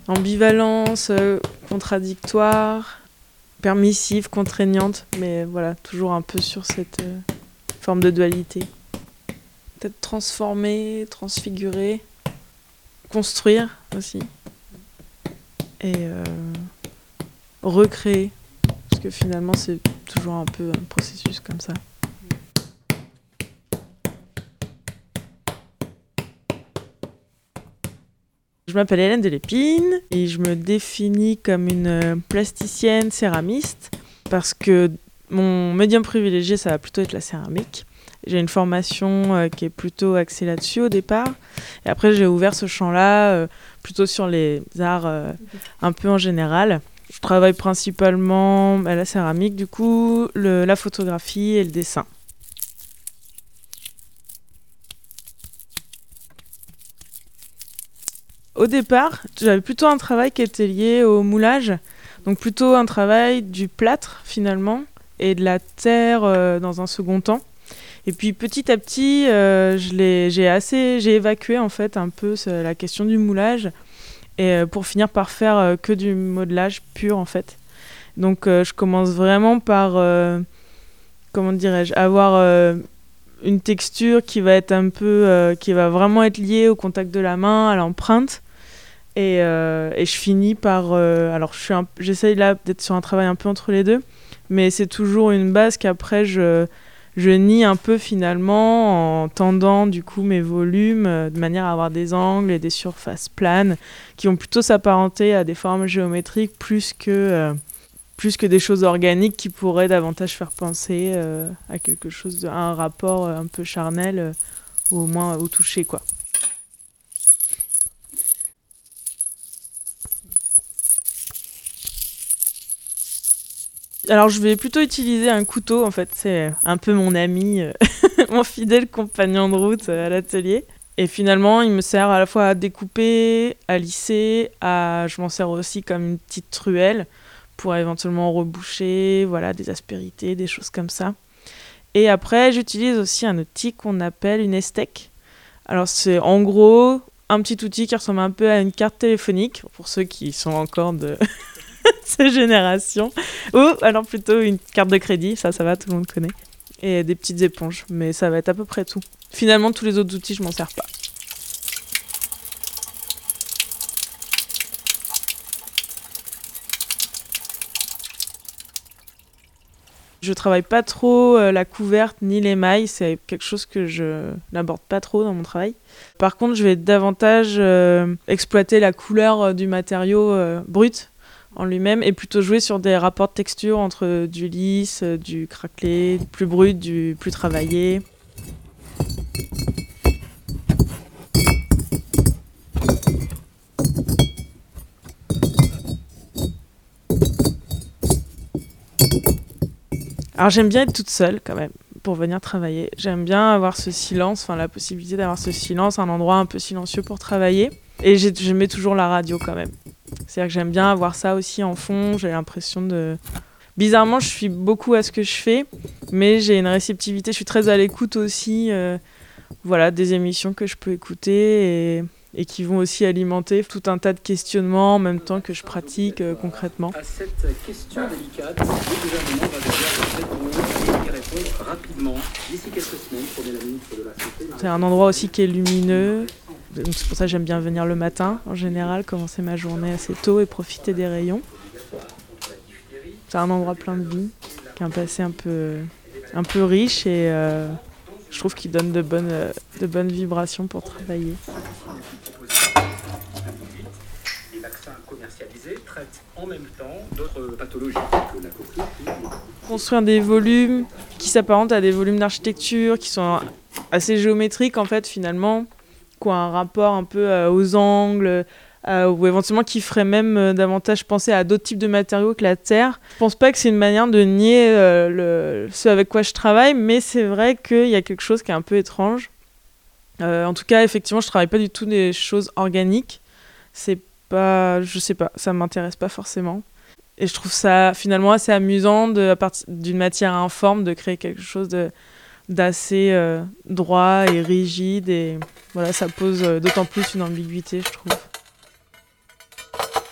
ambivalence, contradictoire, permissive, contraignante, mais voilà, toujours un peu sur cette forme de dualité. Peut-être transformer, transfigurer, construire aussi, et recréer, parce que finalement c'est toujours un peu un processus comme ça. Je m'appelle Hélène Delépine et je me définis comme une plasticienne céramiste parce que mon médium privilégié, ça va plutôt être la céramique. J'ai une formation qui est plutôt axée là-dessus au départ. Et après, j'ai ouvert ce champ-là plutôt sur les arts un peu en général. Je travaille principalement à la céramique, du coup, la photographie et le dessin. Au départ, j'avais plutôt un travail qui était lié au moulage, donc plutôt un travail du plâtre finalement et de la terre dans un second temps. Et puis petit à petit, j'ai évacué en fait un peu la question du moulage et pour finir par faire que du modelage pur en fait. Donc je commence vraiment par comment dirais-je, avoir une texture qui va être un peu qui va vraiment être liée au contact de la main, à l'empreinte. Et je finis par... alors, j'essaye là d'être sur un travail un peu entre les deux, mais c'est toujours une base qu'après, je nie un peu finalement en tendant du coup mes volumes de manière à avoir des angles et des surfaces planes qui vont plutôt s'apparenter à des formes géométriques plus que des choses organiques qui pourraient davantage faire penser à quelque chose, à un rapport un peu charnel ou au moins au toucher, quoi. Alors je vais plutôt utiliser un couteau, en fait, c'est un peu mon ami, mon fidèle compagnon de route à l'atelier. Et finalement, il me sert à la fois à découper, à lisser, je m'en sers aussi comme une petite truelle pour éventuellement reboucher, voilà, des aspérités, des choses comme ça. Et après, j'utilise aussi un outil qu'on appelle une esthèque. Alors c'est en gros un petit outil qui ressemble un peu à une carte téléphonique, pour ceux qui sont encore de ces générations. Ou alors plutôt une carte de crédit, ça va, tout le monde connaît. Et des petites éponges, mais ça va être à peu près tout. Finalement, tous les autres outils, je m'en sers pas. Je travaille pas trop la couverte ni l'émail, c'est quelque chose que je n'aborde pas trop dans mon travail. Par contre, je vais davantage exploiter la couleur du matériau brut en lui-même et plutôt jouer sur des rapports de texture entre du lisse, du craquelé, du plus brut, du plus travaillé. Alors j'aime bien être toute seule quand même pour venir travailler. J'aime bien avoir ce silence, enfin la possibilité d'avoir ce silence, un endroit un peu silencieux pour travailler. Et je mets toujours la radio quand même. C'est-à-dire que j'aime bien avoir ça aussi en fond, j'ai l'impression de... Bizarrement, je suis beaucoup à ce que je fais, mais j'ai une réceptivité, je suis très à l'écoute aussi voilà, des émissions que je peux écouter et qui vont aussi alimenter tout un tas de questionnements en même temps que je pratique concrètement. À cette question délicate, le gouvernement va devoir y répondre rapidement d'ici quelques semaines pour la ministre de la Santé. C'est un endroit aussi qui est lumineux, donc c'est pour ça que j'aime bien venir le matin en général, commencer ma journée assez tôt et profiter des rayons. C'est un endroit plein de vie, qui a un passé un peu riche et je trouve qu'il donne de bonnes vibrations pour travailler. Les vaccins commercialisés traitent en même temps d'autres pathologies que la coqueluche. Construire des volumes qui s'apparentent à des volumes d'architecture, qui sont assez géométriques en fait finalement, qui ont un rapport un peu aux angles, ou éventuellement qui ferait même davantage penser à d'autres types de matériaux que la terre. Je pense pas que c'est une manière de nier ce avec quoi je travaille, mais c'est vrai qu'il y a quelque chose qui est un peu étrange. En tout cas, effectivement, je travaille pas du tout des choses organiques. C'est pas, je sais pas, ça m'intéresse pas forcément. Et je trouve ça finalement assez amusant à partir d'une matière informe de créer quelque chose d'assez droit et rigide. Et voilà, ça pose d'autant plus une ambiguïté, je trouve.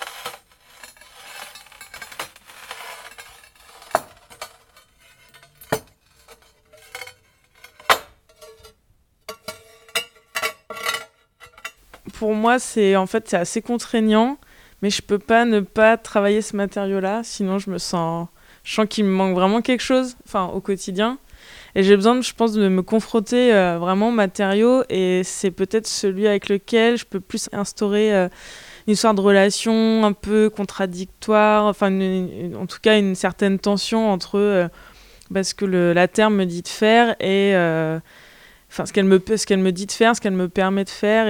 pour moi, c'est assez contraignant, mais je peux pas ne pas travailler ce matériau-là, sinon je sens qu'il me manque vraiment quelque chose, au quotidien. Et j'ai besoin, je pense, de me confronter vraiment au matériau, et c'est peut-être celui avec lequel je peux plus instaurer une histoire de relation un peu contradictoire, en tout cas une certaine tension entre ce que la terre me dit de faire et ce qu'elle me dit de faire, ce qu'elle me permet de faire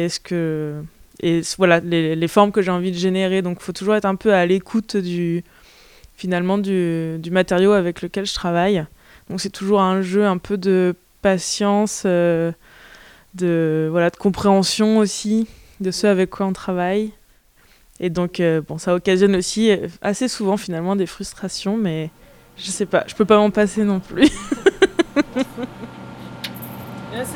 voilà les formes que j'ai envie de générer. Donc il faut toujours être un peu à l'écoute du matériau avec lequel je travaille. Donc c'est toujours un jeu un peu de patience, de compréhension aussi de ce avec quoi on travaille. Et donc ça occasionne aussi assez souvent finalement des frustrations, mais je sais pas, je peux pas m'en passer non plus. Et là c'est bon ?